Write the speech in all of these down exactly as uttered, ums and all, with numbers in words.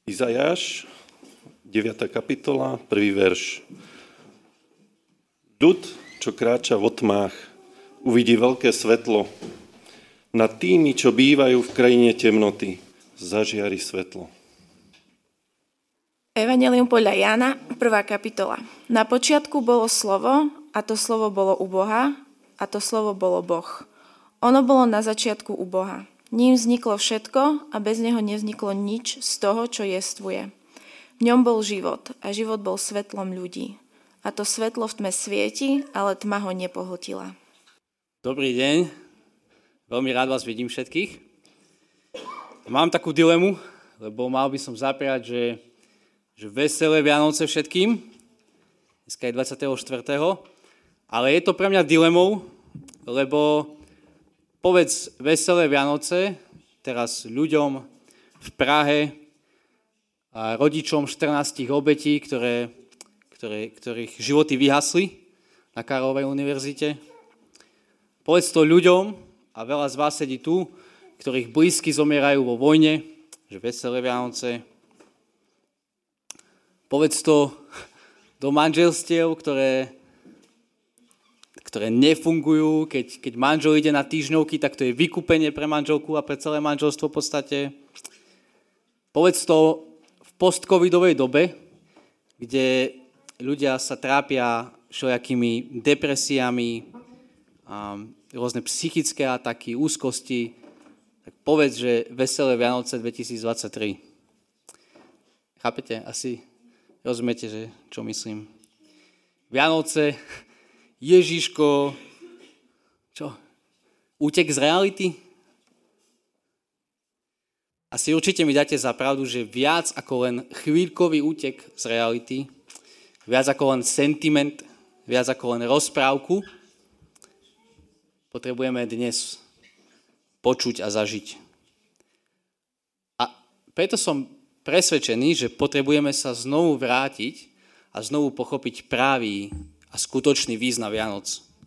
Izajáš, deviata kapitola, prvý verš. Ľud, čo kráča v otmách, uvidí veľké svetlo. Nad tými, čo bývajú v krajine temnoty, zažiari svetlo. Evanjelium podľa Jána, prvá kapitola. Na počiatku bolo slovo, a to slovo bolo u Boha, a to slovo bolo Boh. Ono bolo na začiatku u Boha. Ním vzniklo všetko a bez neho nevzniklo nič z toho, čo jestvuje. V ňom bol život a život bol svetlom ľudí. A to svetlo v tme svieti, ale tma ho nepohltila. Dobrý deň, veľmi rád vás vidím všetkých. Mám takú dilemu, lebo mal by som zapriať, že, že veselé Vianoce všetkým. Dneska je dvadsiateho štvrtého Ale je to pre mňa dilemou, lebo povedz veselé Vianoce teraz ľuďom v Prahe a rodičom štrnástich obetí, ktoré, ktoré, ktorých životy vyhasli na Karlovej univerzite. Povedz to ľuďom, a veľa z vás sedí tu, ktorých blízky zomierajú vo vojne, že veselé Vianoce. Povedz to do manželstiev, ktoré ktoré nefungujú, keď, keď manžel ide na týždňovky, tak to je vykúpenie pre manželku a pre celé manželstvo v podstate. Povedz to v post-covidovej dobe, kde ľudia sa trápia všelijakými depresiami, rôzne psychické ataky, úzkosti. Tak povedz, že veselé Vianoce dvetisícdvadsaťtri. Chápete? Asi rozumiete, že čo myslím. Vianoce... Ježiško, čo? Útek z reality? Asi určite mi dáte za pravdu, že viac ako len chvíľkový útek z reality, viac ako len sentiment, viac ako len rozprávku, potrebujeme dnes počuť a zažiť. A preto som presvedčený, že potrebujeme sa znovu vrátiť a znovu pochopiť pravý a skutočný význam Vianoc.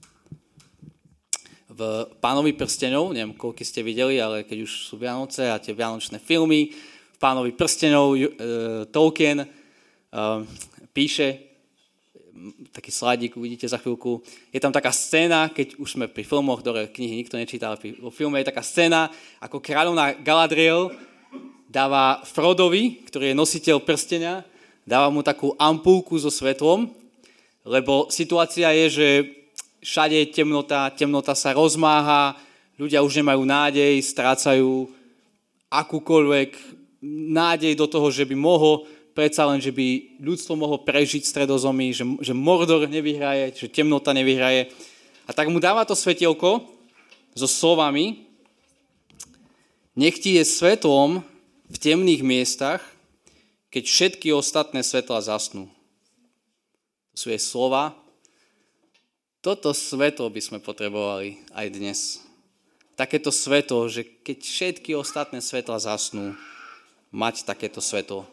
V Pánovi prsteňov, neviem, koľko ste videli, ale keď už sú Vianoce a tie vianočné filmy, v Pánovi prsteňov e, Tolkien e, píše, taký slajdik uvidíte za chvíľku, je tam taká scéna, keď už sme pri filmoch, ktoré knihy nikto nečíta, ale vo filme je taká scéna, ako kráľovná Galadriel dáva Frodovi, ktorý je nositeľ prsteňa, dáva mu takú ampulku so svetlom, lebo situácia je, že všade je temnota, temnota sa rozmáha, ľudia už nemajú nádej, strácajú akúkoľvek nádej do toho, že by mohol, predsa len, že by ľudstvo mohlo prežiť stredozomí, že, že Mordor nevyhraje, že temnota nevyhraje. A tak mu dáva to svetielko so slovami: nech ti je svetlom v temných miestach, keď všetky ostatné svetlá zasnú. To sú jej slova. Toto svetlo by sme potrebovali aj dnes. Takéto svetlo, že keď všetky ostatné svetla zasnú, mať takéto svetlo.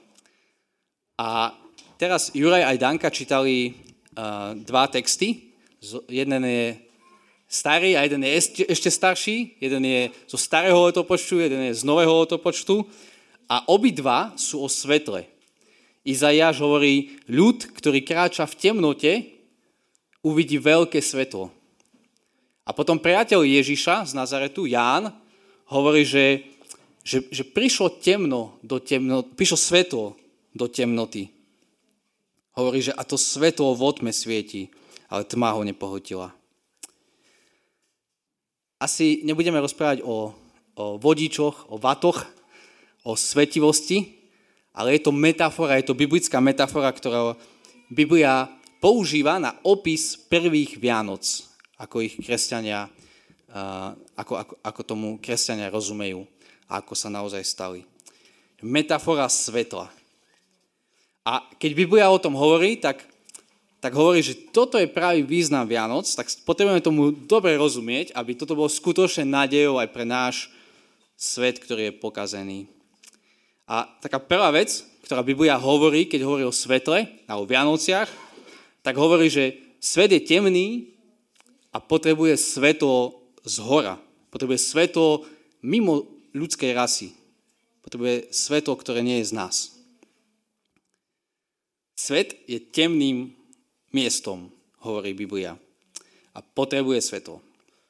A teraz Juraj aj Danka čítali uh, dva texty. Jeden je starý a jeden je ešte, ešte starší. Jeden je zo starého letopočtu, jeden je z nového letopočtu. A obidva sú o svetle. Izajáš hovorí, ľud, ktorý kráča v temnote, uvidí veľké svetlo. A potom priateľ Ježiša z Nazaretu, Ján, hovorí, že, že, že prišlo temno do temno, prišlo svetlo do temnoty. Hovorí, že a to svetlo v otme svieti, ale tma ho nepohltila. Asi nebudeme rozprávať o, o vodičoch, o vatoch, o svetivosti, ale je to metafora, je to biblická metafora, ktorá Biblia používa na opis prvých Vianoc, ako ich kresťania, ako, ako, ako tomu kresťania rozumejú a ako sa naozaj stali. Metafora svetla. A keď Biblia o tom hovorí, tak, tak hovorí, že toto je pravý význam Vianoc, tak potrebujeme tomu dobre rozumieť, aby toto bolo skutočne nádejou aj pre náš svet, ktorý je pokazený. A taká prvá vec, ktorá Biblia hovorí, keď hovorí o svetle a o Vianociach, tak hovorí, že svet je temný a potrebuje svetlo zhora. Potrebuje svetlo mimo ľudskej rasy. Potrebuje svetlo, ktoré nie je z nás. Svet je temným miestom, hovorí Biblia. A potrebuje svetlo.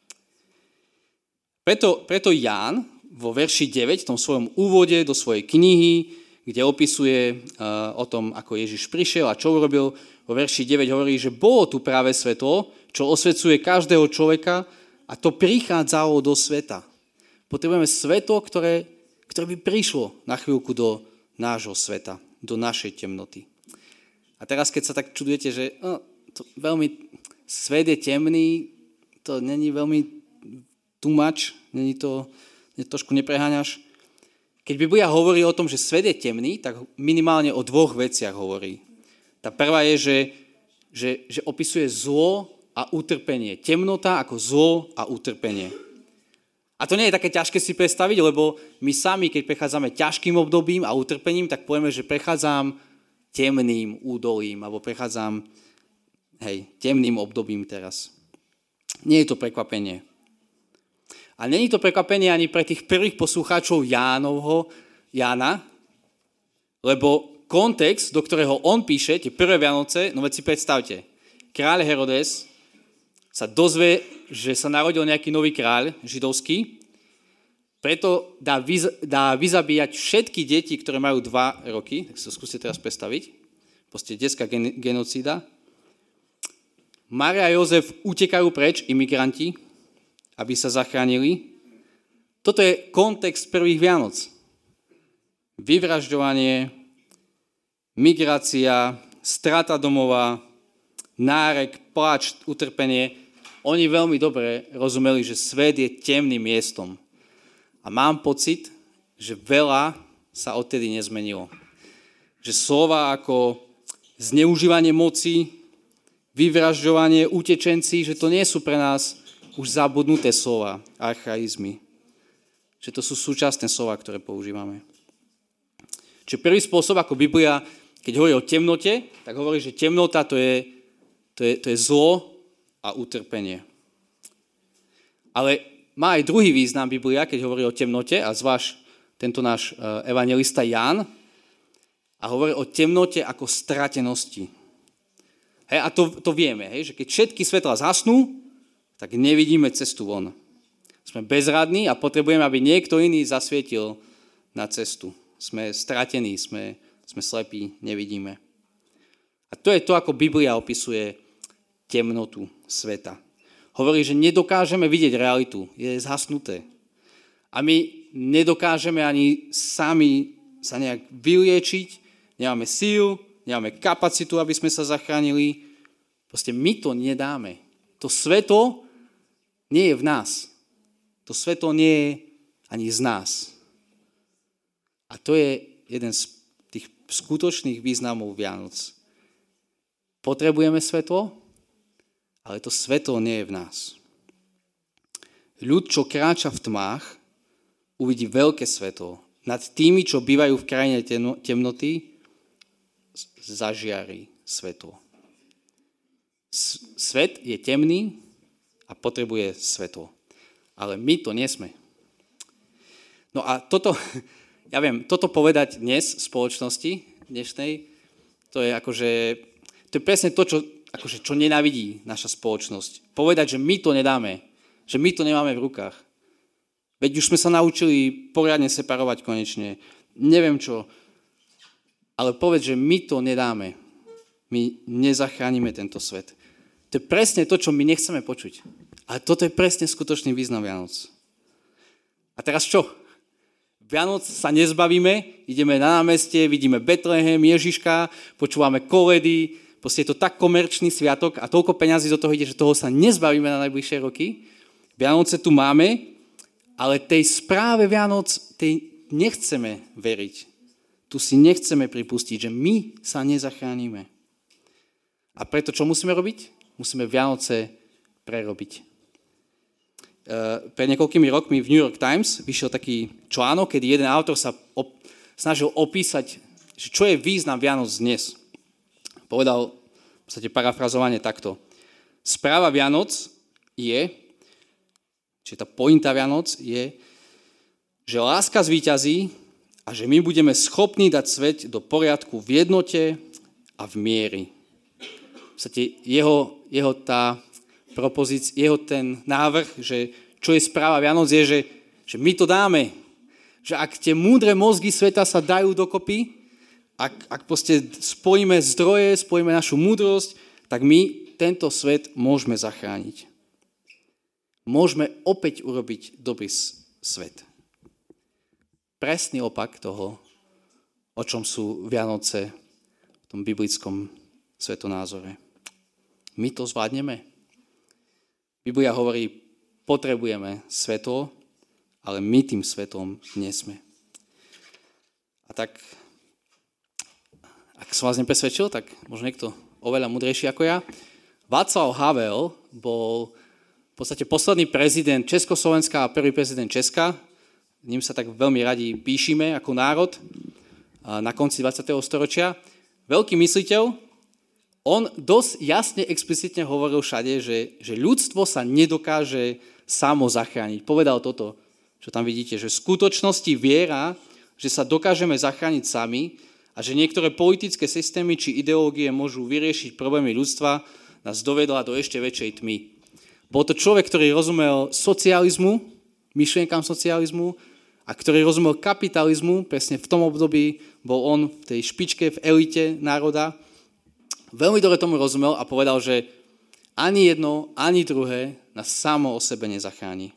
Preto, preto Ján vo verši deväť, v tom svojom úvode do svojej knihy, kde opisuje uh, o tom, ako Ježiš prišiel a čo urobil, vo verši deväť hovorí, že bolo tu práve svetlo, čo osvecuje každého človeka a to prichádzalo do sveta. Potrebujeme svetlo, ktoré, ktoré by prišlo na chvíľku do nášho sveta, do našej temnoty. A teraz, keď sa tak čudujete, že no, to veľmi, svet je temný, to není veľmi too much, není to, trošku nepreháňaš. Keď Biblia hovorí o tom, že svet je temný, tak minimálne o dvoch veciach hovorí. Tá prvá je, že, že, že opisuje zlo a utrpenie. Temnota ako zlo a utrpenie. A to nie je také ťažké si predstaviť, lebo my sami, keď prechádzame ťažkým obdobím a utrpením, tak povieme, že prechádzam temným údolím, alebo prechádzam hej, temným obdobím teraz. Nie je to prekvapenie. A nie je to prekvapenie ani pre tých prvých poslucháčov Jánovho, Jána, lebo kontext, do ktorého on píše, tie prvé Vianoce, no veď si predstavte, kráľ Herodes sa dozvie, že sa narodil nejaký nový kráľ židovský, preto dá, vyz, dá vyzabíjať všetky deti, ktoré majú dva roky, tak si to skúste teraz predstaviť, proste detská gen, genocída. Mária a Jozef utekajú preč, imigranti, aby sa zachránili. Toto je kontext prvých Vianoc. Vyvražďovanie, migrácia, strata domova, nárek, pláč, utrpenie. Oni veľmi dobre rozumeli, že svet je temným miestom. A mám pocit, že veľa sa odtedy nezmenilo. Že slova ako zneužívanie moci, vyvražďovanie, utečenci, že to nie sú pre nás už zabudnuté slova, archaizmy. Že to sú súčasné slova, ktoré používame. Čiže prvý spôsob, ako Biblia, keď hovorí o temnote, tak hovorí, že temnota to je, to je, to je zlo a utrpenie. Ale má aj druhý význam Biblia, keď hovorí o temnote, a zvlášť tento náš evanjelista Ján, a hovorí o temnote ako stratenosti. Hej, a to, to vieme, hej, že keď všetky svetlá zhasnú, tak nevidíme cestu von. Sme bezradní a potrebujeme, aby niekto iný zasvietil na cestu. Sme stratení, sme, sme slepí, nevidíme. A to je to, ako Biblia opisuje temnotu sveta. Hovorí, že nedokážeme vidieť realitu, je zhasnuté. A my nedokážeme ani sami sa nejak vyliečiť, nemáme síl, nemáme kapacitu, aby sme sa zachránili. Proste my to nedáme. To svetlo nie je v nás. To svetlo nie je ani z nás. A to je jeden z tých skutočných významov Vianoc. Potrebujeme svetlo, ale to svetlo nie je v nás. Ľud, čo kráča v tmách, uvidí veľké svetlo. Nad tými, čo bývajú v krajine temnoty, zažiari svetlo. Svet je temný a potrebuje svetlo. Ale my to nie sme. No a toto, ja viem, toto povedať dnes v spoločnosti dnešnej, to je akože, to je presne to, čo, akože, čo nenávidí naša spoločnosť. Povedať, že my to nedáme, že my to nemáme v rukách. Veď už sme sa naučili poriadne separovať konečne. Neviem čo, ale povedz, že my to nedáme. My nezachránime tento svet. To je presne to, čo my nechceme počuť. Ale toto je presne skutočný význam Vianoc. A teraz čo? Vianoc sa nezbavíme, ideme na námestie, vidíme Betlehem, Ježiška, počúvame koledy, proste je to tak komerčný sviatok a toľko peňazí do toho ide, že toho sa nezbavíme na najbližšie roky. Vianoce tu máme, ale tej správe Vianoc, tej nechceme veriť. Tu si nechceme pripustiť, že my sa nezachránime. A preto čo musíme robiť? Musíme Vianoce prerobiť. Uh, pred niekoľkými rokmi v New York Times vyšiel taký článok, kedy jeden autor sa op- snažil opísať, že čo je význam Vianoc dnes. Povedal v podstate parafrazovanie takto. Správa Vianoc je, čiže tá pointa Vianoc je, že láska zvíťazí a a že my budeme schopní dať svet do poriadku v jednote a v miery. V podstate jeho, jeho tá propozícia, jeho ten návrh, že čo je správa Vianoc, je, že, že my to dáme. Že ak tie múdre mozgy sveta sa dajú dokopy, ak, ak proste spojíme zdroje, spojíme našu múdrosť, tak my tento svet môžeme zachrániť. Môžeme opäť urobiť dobrý svet. Presný opak toho, o čom sú Vianoce v tom biblickom svetonázore. My to zvládneme. Biblia hovorí, potrebujeme svetlo, ale my tým svetlom nie sme. A tak, ak som vás nepresvedčil, tak možno niekto oveľa múdrejší ako ja. Václav Havel bol v podstate posledný prezident Československa a prvý prezident Česka. Ním sa tak veľmi radi píšime ako národ na konci dvadsiateho storočia. Veľký mysliteľ, on dosť jasne, explicitne hovoril všade, že, že ľudstvo sa nedokáže samo zachrániť. Povedal toto, čo tam vidíte, že v skutočnosti viera, že sa dokážeme zachrániť sami a že niektoré politické systémy či ideológie môžu vyriešiť problémy ľudstva, nás dovedla do ešte väčšej tmy. Bol to človek, ktorý rozumel socializmu, myšlienkám socializmu, a ktorý rozumel kapitalizmu, presne v tom období bol on v tej špičke, v elite národa. Veľmi dobre tomu rozumel a povedal, že ani jedno, ani druhé nás samo o sebe nezachráni.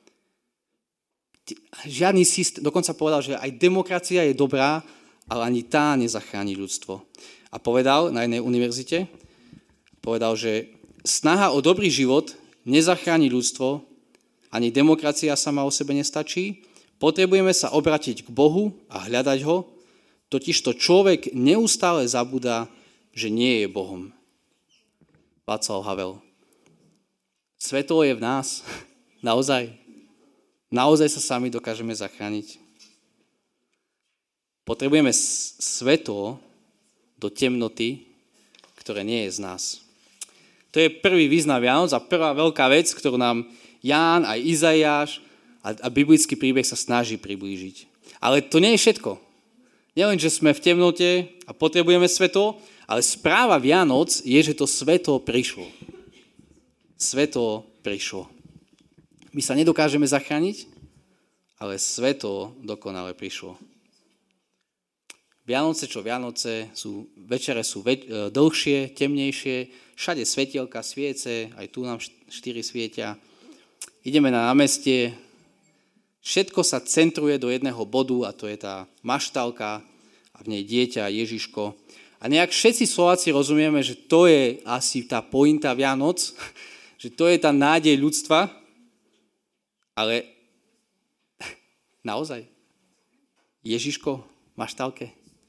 Žiadny systém, dokonca povedal, že aj demokracia je dobrá, ale ani tá nezachráni ľudstvo. A povedal na jednej univerzite, povedal, že snaha o dobrý život nezachráni ľudstvo, ani demokracia sama o sebe nestačí, potrebujeme sa obrátiť k Bohu a hľadať ho, totižto človek neustále zabúda, že nie je Bohom. Václav Havel. Svetlo je v nás. Naozaj. Naozaj sa sami dokážeme zachrániť. Potrebujeme svetlo do temnoty, ktoré nie je z nás. To je prvý význam Vianoc a prvá veľká vec, ktorú nám Ján aj Izaiáš a, a biblický príbeh sa snaží priblížiť. Ale to nie je všetko. Nielen, že sme v temnote a potrebujeme svetlo, ale správa Vianoc je, že to svetlo prišlo. Svetlo prišlo. My sa nedokážeme zachrániť, ale svetlo dokonale prišlo. Vianoce, čo Vianoce, sú, večere sú väč, dlhšie, temnejšie, všade svetielka, sviece, aj tu nám štyri svietia. Ideme na námestie, všetko sa centruje do jedného bodu a to je tá maštálka a v nej dieťa Ježiško. A nejak všetci Slováci rozumieme, že to je asi tá pointa Vianoc, že to je tá nádej ľudstva, ale naozaj Ježiško v maštálke.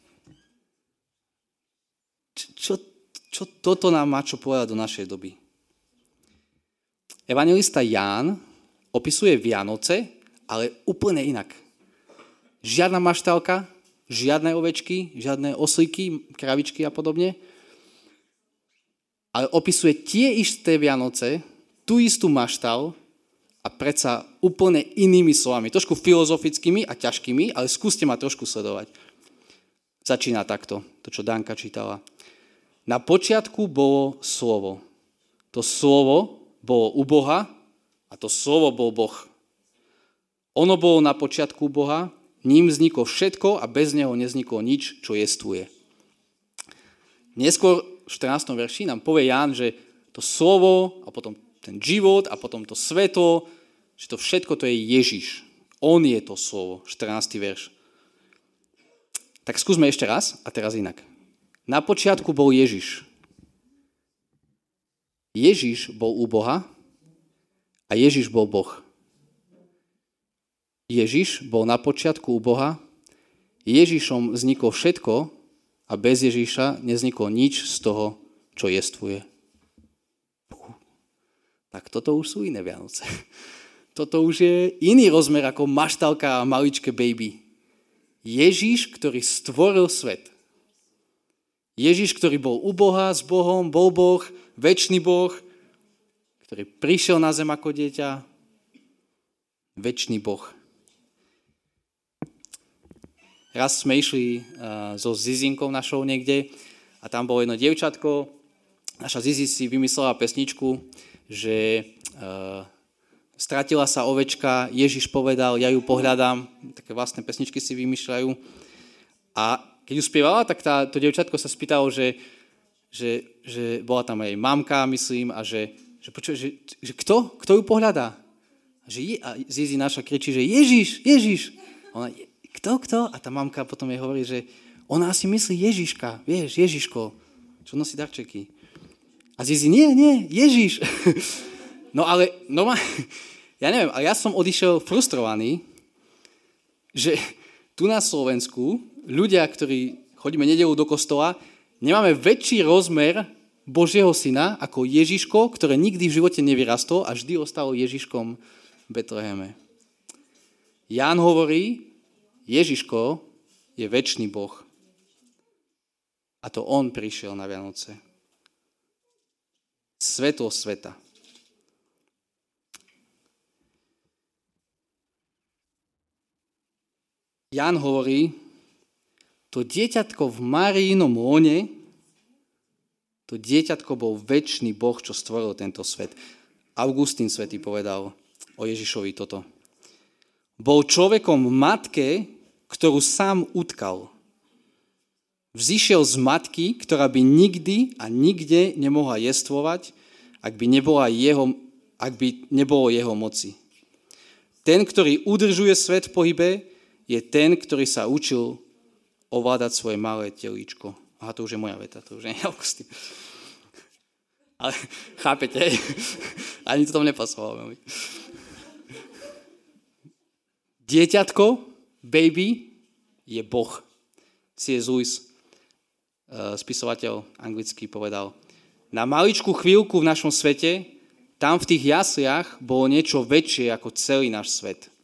Čo, čo toto nám má čo povedať do našej doby? Evanjelista Ján opisuje Vianoce, ale úplne inak. Žiadna maštálka, žiadne ovečky, žiadne oslíky, kravičky a podobne. Ale opisuje tie isté Vianoce, tú istú maštál a predsa úplne inými slovami. Trošku filozofickými a ťažkými, ale skúste ma trošku sledovať. Začína takto, to čo Danka čítala. Na počiatku bolo slovo. To slovo bolo u Boha a to slovo bol Boh. Ono bolo na počiatku Boha, ním vzniklo všetko a bez neho nevzniklo nič, čo jestvuje. Neskôr v štrnástom verši nám povie Ján, že to slovo a potom ten život a potom to svetlo, že to všetko to je Ježiš. On je to slovo, štrnásty verš. Tak skúsme ešte raz a teraz inak. Na počiatku bol Ježiš. Ježiš bol u Boha a Ježiš bol Boh. Ježiš bol na počiatku u Boha, Ježišom vzniklo všetko a bez Ježiša nevzniklo nič z toho, čo jestvuje. Tak toto už sú iné Vianoce. Toto už je iný rozmer ako maštálka a maličké baby. Ježiš, ktorý stvoril svet. Ježiš, ktorý bol u Boha, s Bohom, bol Boh, večný Boh, ktorý prišiel na zem ako dieťa, večný Boh. raz sme išli uh, so Zizinkou našou niekde a tam bolo jedno dievčatko. Naša Zizi si vymyslela pesničku, že uh, stratila sa ovečka, Ježiš povedal, ja ju pohľadám. Také vlastné pesničky si vymýšľajú. A keď ju spievala, tak tá, to dievčatko sa spýtalo, že, že, že bola tam aj mamka, myslím, a že, že, počuva, že, že kto? Kto ju pohľadá? A, že je, a Zizi naša kričí, že Ježiš, Ježiš. Ona, kto, kto? A tá mamka potom jej hovorí, že ona si myslí Ježiška, vieš, Ježiško, čo nosí darčeky. A Zizi, nie, nie, Ježiš. No ale, no ma, ja neviem, ale ja som odišiel frustrovaný, že tu na Slovensku ľudia, ktorí chodíme nedeľu do kostola, nemáme väčší rozmer Božieho syna ako Ježiško, ktoré nikdy v živote nevyrastol a vždy ostalo Ježiškom v Betleheme. Ján hovorí, Ježiško je večný Boh. A to on prišiel na Vianoce. Svetlo sveta. Ján hovorí, to dieťatko v Máriinom lone, to dieťatko bol večný Boh, čo stvoril tento svet. Augustín svätý povedal o Ježišovi toto. Bol človekom v matke, ktorú sám utkal. Vzišiel z matky, ktorá by nikdy a nikde nemohla jestvovať, ak by, nebola jeho, ak by nebolo jeho moci. Ten, ktorý udržuje svet v pohybe, je ten, ktorý sa učil ovládať svoje malé telíčko. Aha, to už je moja veta, to už nie je Augustín. Ale chápete, ani to tam nepasovalo veľmi. Dieťatko, baby, je Boh. C S. Lewis, spisovateľ anglický, povedal, na maličkú chvíľku v našom svete, tam v tých jasliach bolo niečo väčšie ako celý náš svet.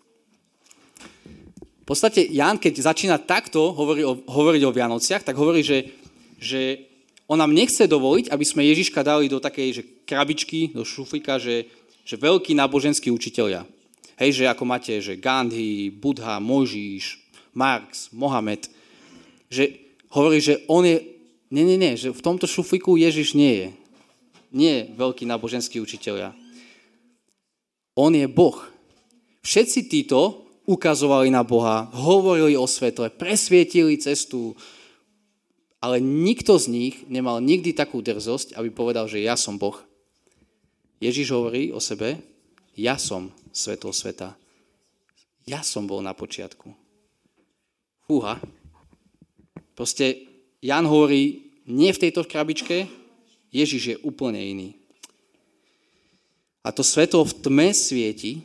V podstate Ján, keď začína takto hovoriť o, hovoriť o Vianociach, tak hovorí, že, že on nám nechce dovoliť, aby sme Ježiška dali do takej že krabičky, do šuflíka, že, že veľkí náboženskí učitelia. Hej, že ako máte, že Gandhi, Buddha, Mojžiš, Marx, Mohamed, že hovorí, že on je, nie, nie, nie, že v tomto šuflíku Ježiš nie je. Nie je veľký náboženský učitelia. On je Boh. Všetci títo ukazovali na Boha, hovorili o svetle, presvietili cestu, ale nikto z nich nemal nikdy takú drzosť, aby povedal, že ja som Boh. Ježiš hovorí o sebe, ja som svetlo sveta. Ja som bol na počiatku. Fúha. Proste Ján hovorí, nie v tejto krabičke, Ježiš je úplne iný. A to svetlo v tme svieti,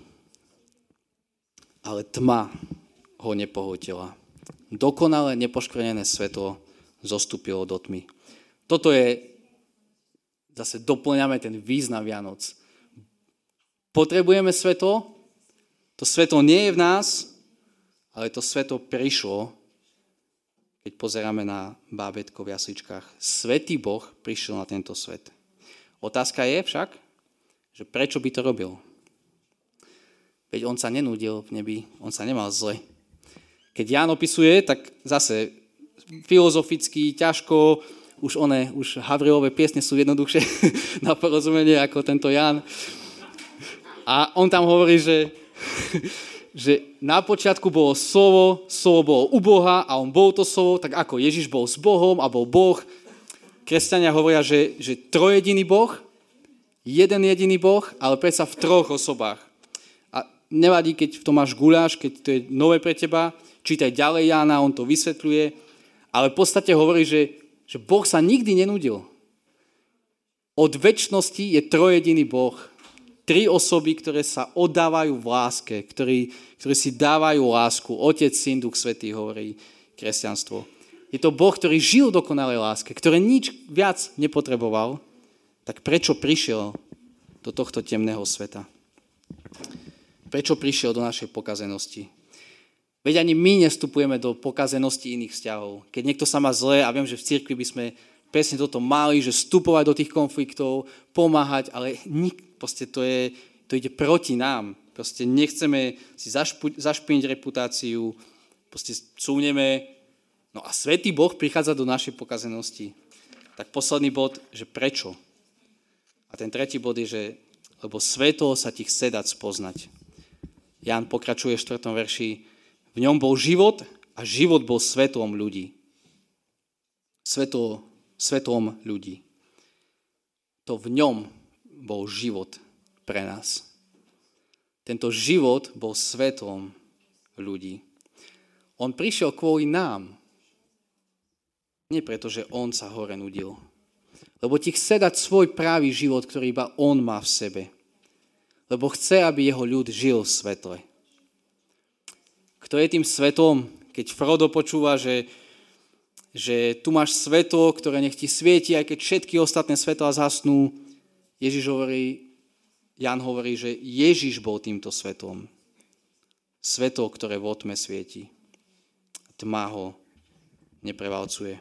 ale tma ho nepohltila. Dokonale nepoškvrnené svetlo zostúpilo do tmy. Toto je, zase doplňame ten význam Vianoc. Potrebujeme svetlo, to svetlo nie je v nás, ale to svetlo prišlo, keď pozeráme na bábätko v jasličkách. Svätý Boh prišiel na tento svet. Otázka je však, že prečo by to robil? Veď on sa nenúdil v nebi, on sa nemal zle. Keď Ján opisuje, tak zase filozoficky, ťažko, už one, už Havrilové piesne sú jednoduchšie na porozumenie ako tento Ján. A on tam hovorí, že, že na počiatku bolo slovo, slovo bolo u Boha a on bol to slovo, tak ako Ježiš bol s Bohom a bol Boh. Kresťania hovoria, že, že trojediný Boh, jeden jediný Boh, ale predsa v troch osobách. Nevadí, keď v tom máš guľáš, keď to je nové pre teba, čítaj ďalej Jána, on to vysvetľuje, ale v podstate hovorí, že, že Boh sa nikdy nenudil. Od večnosti je trojediný Boh. Tri osoby, ktoré sa oddávajú v láske, ktorí, ktorí si dávajú lásku. Otec, Syn, Duch Svätý, hovorí kresťanstvo. Je to Boh, ktorý žil v dokonalej láske, ktorý nič viac nepotreboval, tak prečo prišiel do tohto temného sveta? Prečo prišiel do našej pokazenosti? Veď ani my nestupujeme do pokazenosti iných vzťahov. Keď niekto sa má zle, a viem, že v cirkvi by sme presne toto mali, že vstupovať do tých konfliktov, pomáhať, ale nik, proste to, je, to ide proti nám. Proste nechceme si zašpu, zašpiniť reputáciu, proste cúneme No a svätý Boh prichádza do našej pokazenosti. Tak posledný bod, že prečo? A ten tretí bod je, že lebo svetlo sa ti chce dať spoznať. Ján pokračuje v štvrtom verši. V ňom bol život a život bol svetlom ľudí. Svetlo, svetlom ľudí. To v ňom bol život pre nás. Tento život bol svetlom ľudí. On prišiel kvôli nám. Nie preto, že on sa hore nudil. Lebo ti chce dať svoj pravý život, ktorý iba on má v sebe. Lebo chce, aby jeho ľud žil v svetle. Kto je tým svetlom? Keď Frodo počúva, že, že tu máš svetlo, ktoré nech ti svieti, aj keď všetky ostatné svetlá zhasnú, Ježiš hovorí, Ján hovorí, že Ježiš bol týmto svetlom. Svetlo, ktoré vo tme svieti. Tma ho neprevalcuje.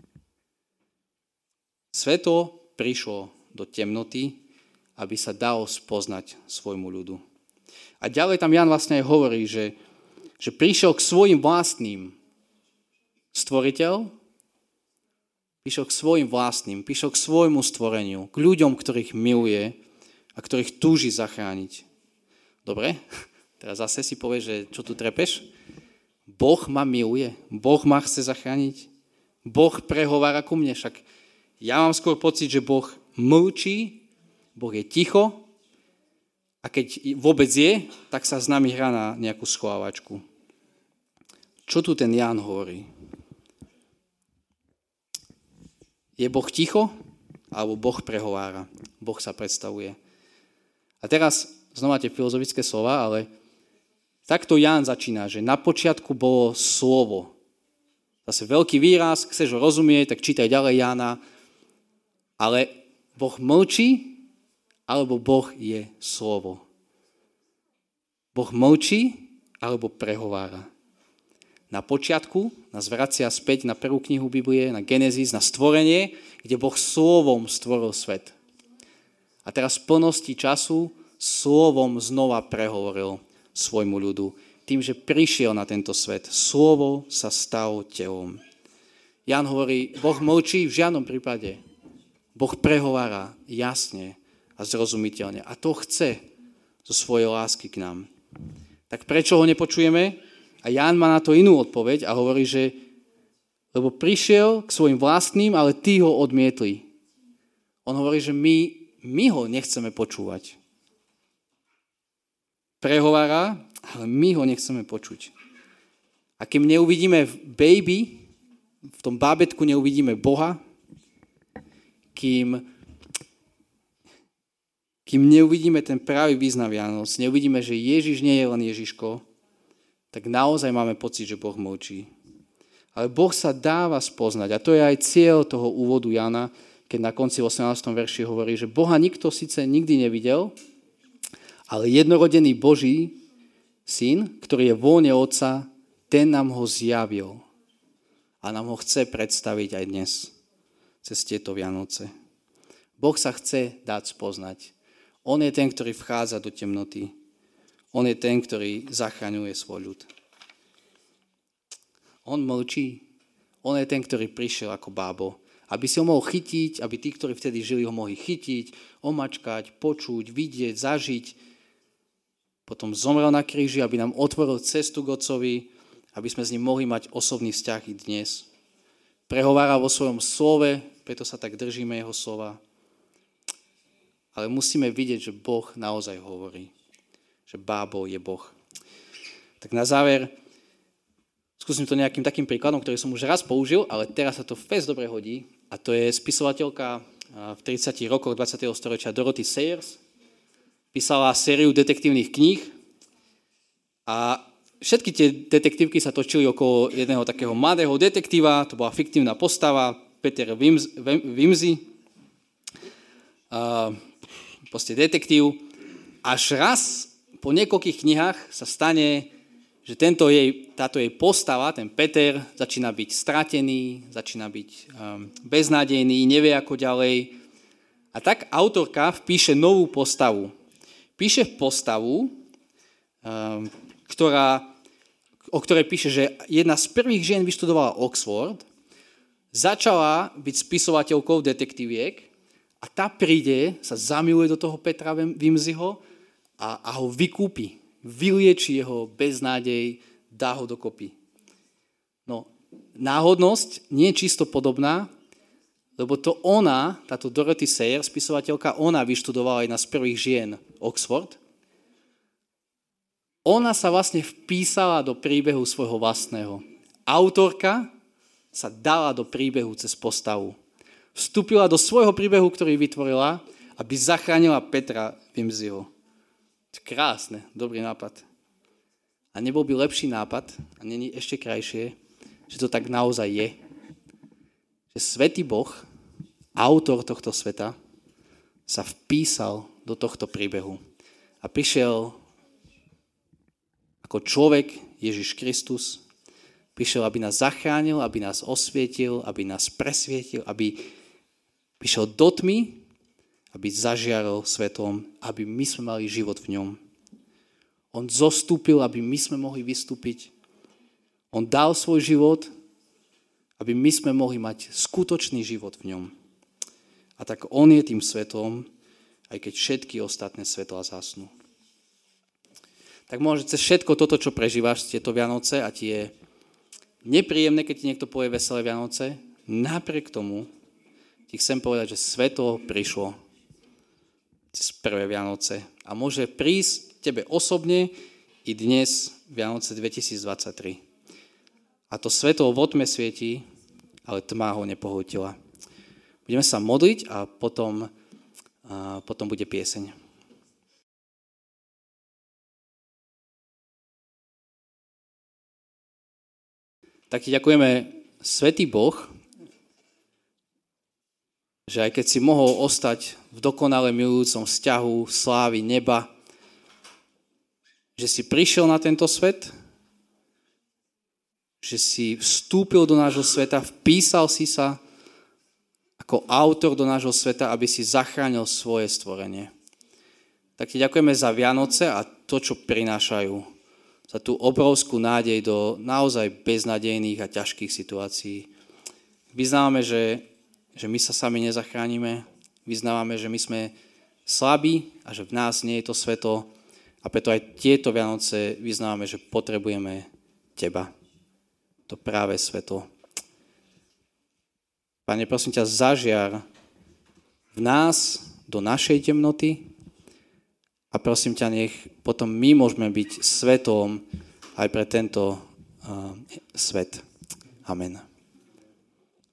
Svetlo prišlo do temnoty, aby sa dalo spoznať svojmu ľudu. A ďalej tam Ján vlastne aj hovorí, že, že prišiel k svojim vlastným stvoriteľ, prišiel k svojim vlastným, prišiel k svojmu stvoreniu, k ľuďom, ktorých miluje a ktorých túži zachrániť. Dobre? Teraz zase si povieš, že čo tu trepeš? Boh ma miluje, Boh ma chce zachrániť, Boh prehovára ku mne, však ja mám skôr pocit, že Boh mlčí, Boh je ticho a keď vôbec je, tak sa s nami hrá na nejakú schovávačku. Čo tu ten Ján hovorí? Je Boh ticho, alebo Boh prehovára? Boh sa predstavuje. A teraz znova tie filozofické slova, ale takto Ján začína, že na počiatku bolo slovo. Zase veľký výraz, chceš ho rozumieť, tak čítaj ďalej Jána. Ale Boh mlčí, alebo Boh je slovo. Boh mlčí, alebo prehovára. Na počiatku nás vracia späť na prvú knihu Biblie, na Genesis, na stvorenie, kde Boh slovom stvoril svet. A teraz v plnosti času slovom znova prehovoril svojmu ľudu. Tým, že prišiel na tento svet. Slovo sa stalo telom. Ján hovorí, Boh mlčí v žiadnom prípade. Boh prehovára jasne a zrozumiteľne. A to chce zo svojej lásky k nám. Tak prečo ho nepočujeme? A Ján má na to inú odpoveď a hovorí, že lebo prišiel k svojim vlastným, ale tí ho odmietli. On hovorí, že my, my ho nechceme počúvať. Prehovára, ale my ho nechceme počuť. A kým neuvidíme v baby, v tom bábätku neuvidíme Boha, kým, kým neuvidíme ten pravý význam Vianoc, neuvidíme, že Ježiš nie je len Ježiško, tak naozaj máme pocit, že Boh mlčí. Ale Boh sa dáva spoznať a to je aj cieľ toho úvodu Jana, keď na konci osemnástom verši hovorí, že Boha nikto síce nikdy nevidel, ale jednorodený Boží syn, ktorý je vône Otca, ten nám ho zjavil a nám ho chce predstaviť aj dnes cez tieto Vianoce. Boh sa chce dať spoznať. On je ten, ktorý vchádza do temnoty. On je ten, ktorý zachraňuje svoj ľud. On mlčí. On je ten, ktorý prišiel ako bábo. Aby si ho mohol chytiť, aby tí, ktorí vtedy žili, ho mohli chytiť, omačkať, počuť, vidieť, zažiť. Potom zomrel na kríži, aby nám otvoril cestu k Otcovi, aby sme s ním mohli mať osobný vzťah i dnes. Prehovára vo svojom slove, preto sa tak držíme jeho slova. Ale musíme vidieť, že Boh naozaj hovorí. Že bábo je Boh. Tak na záver, skúsim to nejakým takým príkladom, ktorý som už raz použil, ale teraz sa to fest dobre hodí. A to je spisovateľka v tridsiatych rokoch dvadsiateho storočia Dorothy Sayers. Písala sériu detektívnych kníh a všetky tie detektívky sa točili okolo jedného takého mladého detektíva, to bola fiktívna postava, Peter Wimsey, uh, proste detektív. Až raz po niekoľkých knihách sa stane, že tento jej, táto jej postava, ten Peter, začína byť stratený, začína byť um, beznádejný, nevie ako ďalej. A tak autorka vpíše novú postavu. Píše postavu, um, ktorá, o ktorej píše, že jedna z prvých žien vyštudovala Oxford, začala byť spisovateľkou detektíviek a tá príde, sa zamiluje do toho Petra Wimseyho a, a ho vykúpi. Vylieči jeho beznádej, dá ho dokopy. No, náhodnosť nie je čisto podobná, lebo to ona, táto Dorothy Sayers, spisovateľka, ona vyštudovala jedna z prvých žien Oxford. Ona sa vlastne vpísala do príbehu svojho vlastného. Autorka sa dala do príbehu cez postavu. Vstúpila do svojho príbehu, ktorý vytvorila, aby zachránila Petra Wimseyho. Krásne, dobrý nápad. A nebol by lepší nápad, a není ešte krajšie, že to tak naozaj je. Že Svätý Boh, autor tohto sveta, sa vpísal do tohto príbehu a prišiel ako človek Ježiš Kristus, prišiel, aby nás zachránil, aby nás osvietil, aby nás presvietil, aby prišiel do tmy, aby zažiaril svetlom, aby my sme mali život v ňom. On zostúpil, aby my sme mohli vystúpiť. On dal svoj život, aby my sme mohli mať skutočný život v ňom. A tak on je tým svetlom, aj keď všetky ostatné svetlá zhasnú. Tak možno cez všetko toto, čo prežívaš tieto Vianoce a ti je nepríjemné, keď ti niekto povie veselé Vianoce, napriek tomu ti chcem povedať, že svetlo prišlo cez prvé Vianoce a môže prísť tebe osobne i dnes Vianoce dvetisícdvadsaťtri. A to svetlo v otme svieti, ale tma ho nepohltila. Budeme sa modliť a potom, a potom bude pieseň. Tak ti ďakujeme, Svätý Boh, že aj keď si mohol ostať v dokonale milujúcom vzťahu slávy neba, že si prišiel na tento svet, že si vstúpil do nášho sveta, vpísal si sa ako autor do nášho sveta, aby si zachránil svoje stvorenie. Tak ti ďakujeme za Vianoce a to, čo prinášajú. Za tú obrovskú nádej do naozaj beznádejných a ťažkých situácií. Vyznávame, že, že my sa sami nezachránime. Vyznávame, že my sme slabí a že v nás nie je to svetlo. A preto aj tieto Vianoce vyznávame, že potrebujeme teba. To práve svetlo. Pane, prosím ťa, zažiar v nás do našej temnoty a prosím ťa, nech potom my môžeme byť svetlom aj pre tento uh, svet. Amen.